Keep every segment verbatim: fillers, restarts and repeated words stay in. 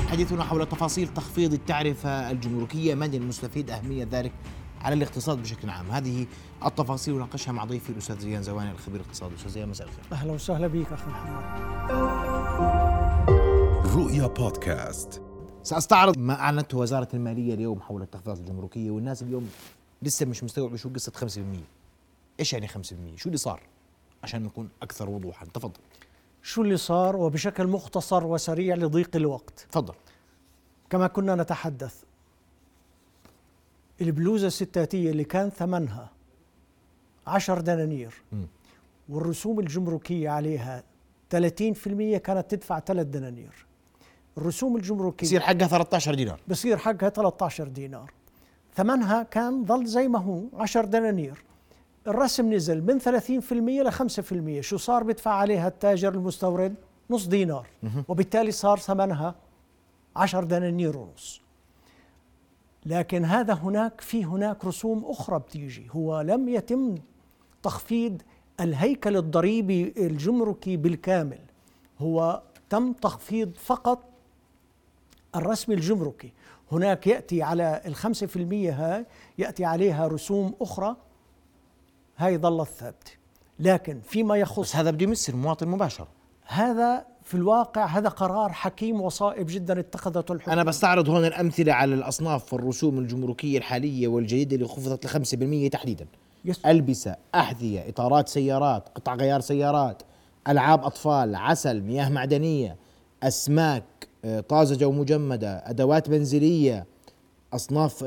حديثنا حول تفاصيل تخفيض التعرفة الجمركية، من المستفيد، أهمية ذلك على الاقتصاد بشكل عام. هذه التفاصيل وناقشها مع ضيفي الأستاذ زيان زواني الخبير الاقتصادي. أستاذ زيان، مساء الخير. أهلا وسهلا بك أخي محمد. رؤيا بودكاست. سأستعرض ما أعلنته وزارة المالية اليوم حول التخفيضات الجمركية، والناس اليوم لسه مش مستوعب شو قصة خمسة بالمئة. إيش يعني خمسة بالمئة؟ شو اللي صار؟ عشان نكون أكثر وضوحا، تفضل. شو اللي صار وبشكل مختصر وسريع لضيق الوقت. تفضل. كما كنا نتحدث، البلوزة الستاتية اللي كان ثمنها عشر دنانير م. والرسوم الجمركية عليها ثلاثين بالمئة كانت تدفع ثلاث دنانير. الرسوم الجمركية بصير حقها ثلاثة عشر دينار. بصير حقها ثلاثة عشر دينار. ثمنها كان ظل زي ما هو عشر دنانير. الرسم نزل من ثلاثين بالمئة ل خمسة بالمئة. شو صار؟ بدفع عليها التاجر المستورد نص دينار، وبالتالي صار ثمنها عشر دنانير ونص. لكن هذا هناك في هناك رسوم أخرى بتيجي. هو لم يتم تخفيض الهيكل الضريبي الجمركي بالكامل، هو تم تخفيض فقط الرسم الجمركي. هناك يأتي على الخمسة في المية هاي يأتي عليها رسوم أخرى، هاي ظلت ثابتة. لكن فيما يخص، بس هذا بده يمس المواطن مباشرة. هذا في الواقع هذا قرار حكيم وصائب جدا اتخذته الحكومة. أنا بستعرض هون الأمثلة على الأصناف والرسوم الجمركية الحالية والجديدة اللي خفضت لخمسة بالمئة تحديدا. يس. ألبسة، أحذية، إطارات سيارات، قطع غيار سيارات، ألعاب أطفال، عسل، مياه معدنية، أسماك طازجة ومجمدة، أدوات منزلية، أصناف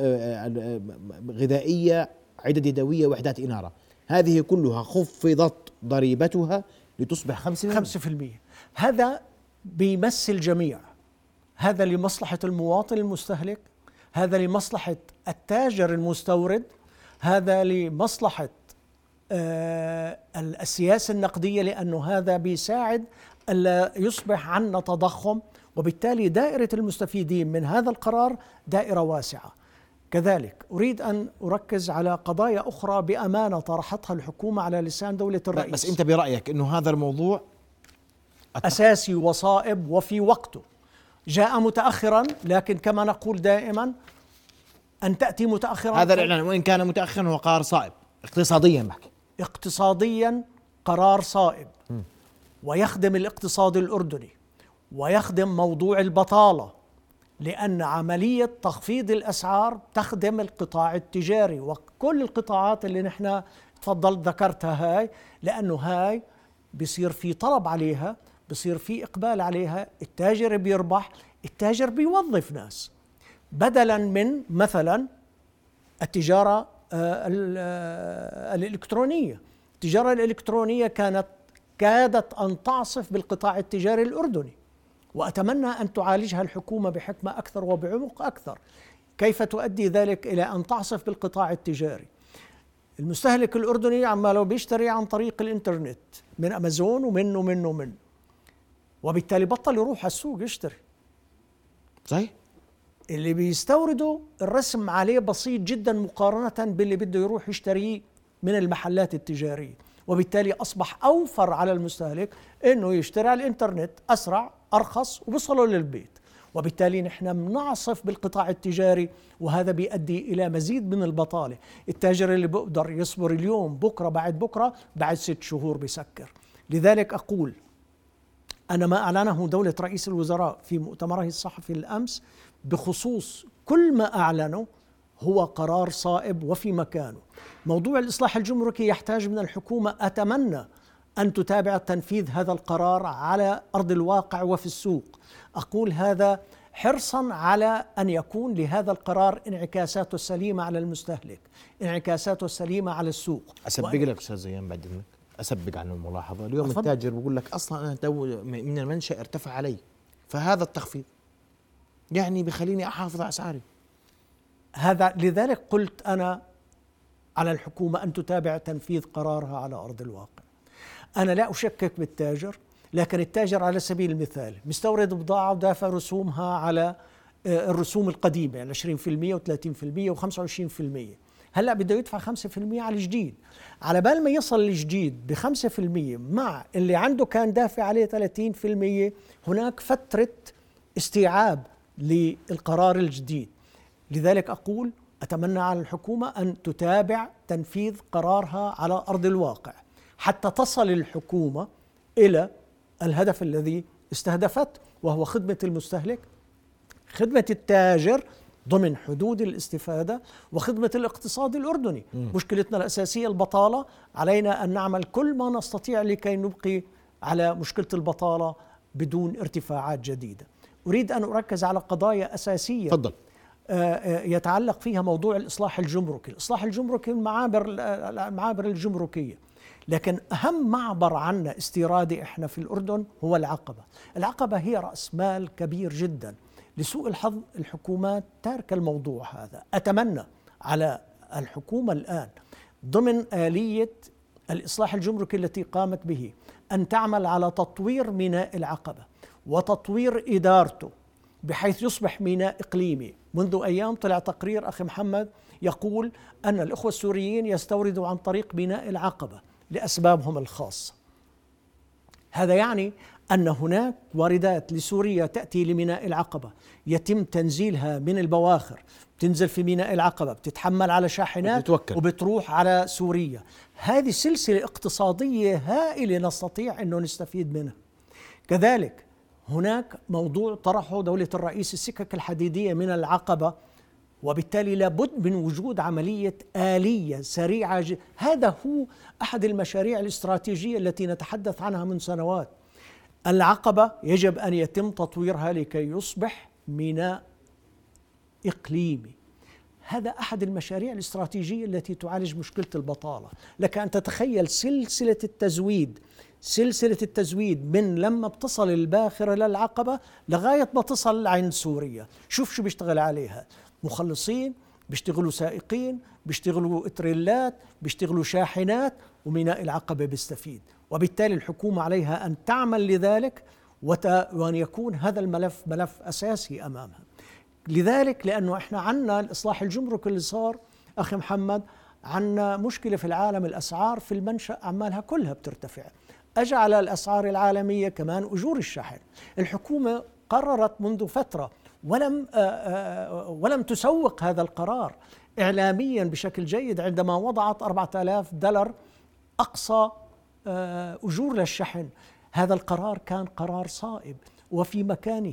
غذائية، عدد يدوية، وحدات إنارة. هذه كلها خفضت ضريبتها لتصبح خمسة بالمئة. هذا بيمس الجميع. هذا لمصلحة المواطن المستهلك، هذا لمصلحة التاجر المستورد، هذا لمصلحة آه السياسة النقدية، لأنه هذا بيساعد ألا يصبح عنا تضخم، وبالتالي دائرة المستفيدين من هذا القرار دائرة واسعة. كذلك أريد أن أركز على قضايا أخرى بأمانة طرحتها الحكومة على لسان دولة الرئيس. بس أنت برأيك أنه هذا الموضوع أساسي وصائب وفي وقته، جاء متأخرا، لكن كما نقول دائما أن تأتي متأخرا. هذا الإعلان وإن كان متأخرا هو قرار صائب اقتصاديا. بحكي اقتصاديا قرار صائب م. ويخدم الاقتصاد الأردني ويخدم موضوع البطالة، لأن عملية تخفيض الأسعار تخدم القطاع التجاري وكل القطاعات اللي نحن تفضلت ذكرتها هاي، لأنه هاي بيصير في طلب عليها، بيصير في إقبال عليها، التاجر بيربح، التاجر بيوظف ناس، بدلا من مثلا التجارة الإلكترونية. التجارة الإلكترونية كانت كادت أن تعصف بالقطاع التجاري الأردني، وأتمنى أن تعالجها الحكومة بحكمة أكثر وبعمق أكثر. كيف تؤدي ذلك إلى أن تعصف بالقطاع التجاري؟ المستهلك الأردني عماله بيشتري عن طريق الإنترنت من أمازون ومنه ومنه ومنه، وبالتالي بطل يروح على السوق يشتري. صحيح. اللي بيستوردوا الرسم عليه بسيط جدا مقارنة باللي بده يروح يشتريه من المحلات التجارية، وبالتالي أصبح أوفر على المستهلك إنه يشتري على الإنترنت، أسرع، أرخص، وبصله للبيت. وبالتالي نحن بنعصف بالقطاع التجاري، وهذا بيؤدي إلى مزيد من البطالة. التاجر اللي بقدر يصبر اليوم بكرة بعد بكرة بعد ست شهور بيسكر. لذلك أقول أنا ما أعلنه دولة رئيس الوزراء في مؤتمره الصحفي الأمس بخصوص كل ما أعلنه هو قرار صائب وفي مكانه. موضوع الإصلاح الجمركي يحتاج من الحكومة، أتمنى أن تتابع تنفيذ هذا القرار على أرض الواقع وفي السوق. أقول هذا حرصا على أن يكون لهذا القرار انعكاساته السليمة على المستهلك، انعكاساته السليمة على السوق. أسبق لك أستاذ زيان بعد إذنك، أسبق عن الملاحظة. اليوم أفضل. التاجر بقول لك أصلا أنا من المنشأ ارتفع علي، فهذا التخفيض يعني بخليني أحافظ على أسعاري. هذا لذلك قلت أنا على الحكومة أن تتابع تنفيذ قرارها على أرض الواقع. أنا لا أشكك بالتاجر، لكن التاجر على سبيل المثال مستورد بضاعة ودافع رسومها على الرسوم القديمة، يعني عشرين بالمئة وثلاثين بالمئة وخمسة وعشرين بالمئة. هلأ بده يدفع خمسة بالمئة على الجديد. على بال ما يصل الجديد بخمسة بالمئة مع اللي عنده كان دافع عليه ثلاثين بالمئة، هناك فترة استيعاب للقرار الجديد. لذلك أقول أتمنى على الحكومة أن تتابع تنفيذ قرارها على أرض الواقع حتى تصل الحكومة إلى الهدف الذي استهدفته، وهو خدمة المستهلك، خدمة التاجر ضمن حدود الاستفادة، وخدمة الاقتصاد الأردني. م. مشكلتنا الأساسية البطالة، علينا أن نعمل كل ما نستطيع لكي نبقي على مشكلة البطالة بدون ارتفاعات جديدة. أريد أن أركز على قضايا أساسية فضل. يتعلق فيها موضوع الإصلاح الجمركي. الإصلاح الجمركي المعابر المعابر الجمركية، لكن أهم معبر عنا استيرادي إحنا في الأردن هو العقبة. العقبة هي رأس مال كبير جدا. لسوء الحظ الحكومات تاركة الموضوع هذا. أتمنى على الحكومة الآن ضمن آلية الإصلاح الجمركي التي قامت به أن تعمل على تطوير ميناء العقبة وتطوير إدارته بحيث يصبح ميناء إقليمي. منذ أيام طلع تقرير أخي محمد يقول أن الإخوة السوريين يستوردوا عن طريق ميناء العقبة لأسبابهم الخاصة. هذا يعني أن هناك واردات لسوريا تأتي لميناء العقبة، يتم تنزيلها من البواخر، تنزل في ميناء العقبة، بتتحمل على شاحنات بتتوكل. وبتروح على سوريا. هذه سلسلة اقتصادية هائلة نستطيع أنه نستفيد منها. كذلك هناك موضوع طرحه دولة الرئيس السكك الحديدية من العقبة، وبالتالي لابد من وجود عملية آلية سريعة. هذا هو أحد المشاريع الاستراتيجية التي نتحدث عنها من سنوات. العقبة يجب أن يتم تطويرها لكي يصبح ميناء إقليمي. هذا أحد المشاريع الاستراتيجية التي تعالج مشكلة البطالة. لك أن تتخيل سلسلة التزويد سلسلة التزويد من لما بتصل الباخرة للعقبة لغاية ما تصل عند سوريا. شوف شو بيشتغل عليها: مخلصين، بيشتغلوا سائقين، بيشتغلوا اتريلات، بيشتغلوا شاحنات، وميناء العقبة بيستفيد. وبالتالي الحكومة عليها أن تعمل لذلك وأن يكون هذا الملف ملف أساسي أمامها. لذلك لأنه إحنا عنا الإصلاح الجمركي اللي صار أخي محمد، عنا مشكلة في العالم، الأسعار في المنشأ عمالها كلها بترتفع. أجى على الأسعار العالمية كمان أجور الشحن. الحكومة قررت منذ فترة ولم ولم تسوق هذا القرار إعلاميا بشكل جيد عندما وضعت أربعة آلاف دولار أقصى أجور للشحن. هذا القرار كان قرار صائب وفي مكانه،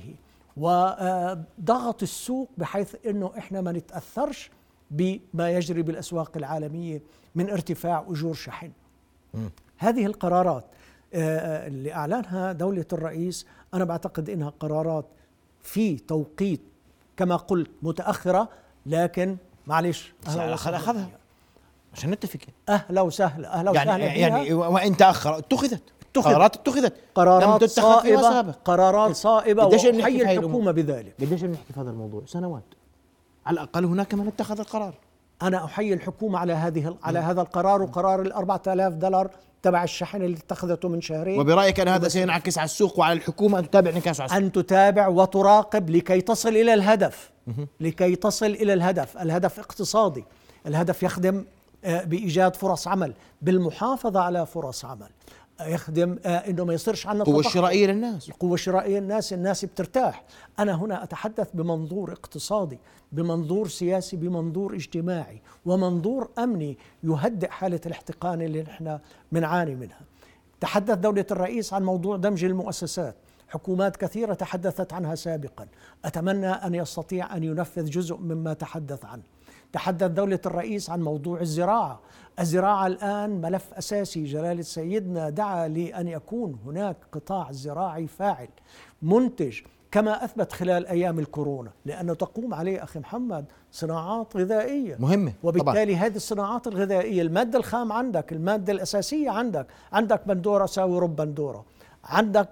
وضغط السوق بحيث أنه إحنا ما نتأثرش بما يجري بالأسواق العالمية من ارتفاع أجور شحن. م. هذه القرارات اللي أعلنها دولة الرئيس أنا بعتقد إنها قرارات في توقيت كما قلت متأخرة، لكن معلش أخذها عشان نتفق. أهلا وسهلا أهلا يعني وسهلا يعني وإن تأخر اتخذت قرارات اتخذت قرارات صائبة قرارات صائبة وحي الحكومة بذلك. قديش بنحكي في هذا الموضوع؟ سنوات على الأقل. هناك من اتخذ القرار. أنا أحيي الحكومة على هذه على هذا القرار، وقرار الأربعة آلاف دولار تبع الشحن اللي اتخذته من شهرين. وبرأيك أن هذا سينعكس على السوق وعلى الحكومة أن تتابع انعكاسه على السوق؟ أن تتابع وتراقب لكي تصل إلى الهدف. لكي تصل إلى الهدف. الهدف اقتصادي، الهدف يخدم بإيجاد فرص عمل، بالمحافظة على فرص عمل، يخدم انه ما يصيرش عندنا القوة الشرائية للناس. القوة الشرائية للناس، الناس بترتاح. أنا هنا أتحدث بمنظور اقتصادي، بمنظور سياسي، بمنظور اجتماعي، ومنظور أمني يهدئ حالة الاحتقان اللي نحن بنعاني منها. تحدث دولة الرئيس عن موضوع دمج المؤسسات. حكومات كثيرة تحدثت عنها سابقا. أتمنى أن يستطيع أن ينفذ جزء مما تحدث عنه. تحدث دولة الرئيس عن موضوع الزراعة. الزراعة الآن ملف أساسي. جلالة سيدنا دعا لأن يكون هناك قطاع زراعي فاعل منتج كما أثبت خلال أيام الكورونا، لأنه تقوم عليه أخي محمد صناعات غذائية مهمة. وبالتالي طبعا. هذه الصناعات الغذائية المادة الخام عندك، المادة الأساسية عندك عندك بندورة ساوي رب بندورة، عندك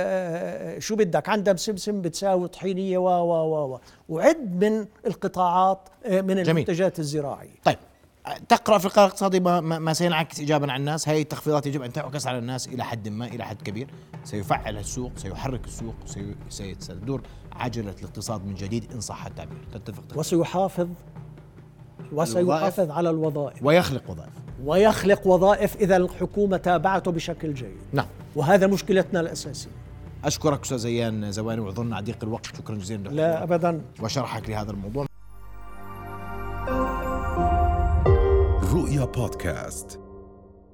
شو بدك، عندك سمسم بتساوي طحينية و و و وعد من القطاعات من المنتجات الزراعية. طيب تقرأ في القرار الاقتصادي ما, ما سينعكس إيجابا على الناس. هذه التخفيضات يجب أن تعكس على الناس إلى حد ما، إلى حد كبير. سيفعل السوق، سيحرك السوق، سيدور عجلة الاقتصاد من جديد إن صح التعبير. تتفق؟ وسيحافظ وسيحافظ على الوظائف ويخلق وظائف ويخلق وظائف إذا الحكومة تابعته بشكل جيد. نعم. وهذا مشكلتنا الأساسية. أشكرك أستاذ زيان زواني، وعذرنا عضيق الوقت، شكرا جزيلا لك لا أبدا، وشرحك لهذا الموضوع. رؤيا بودكاست.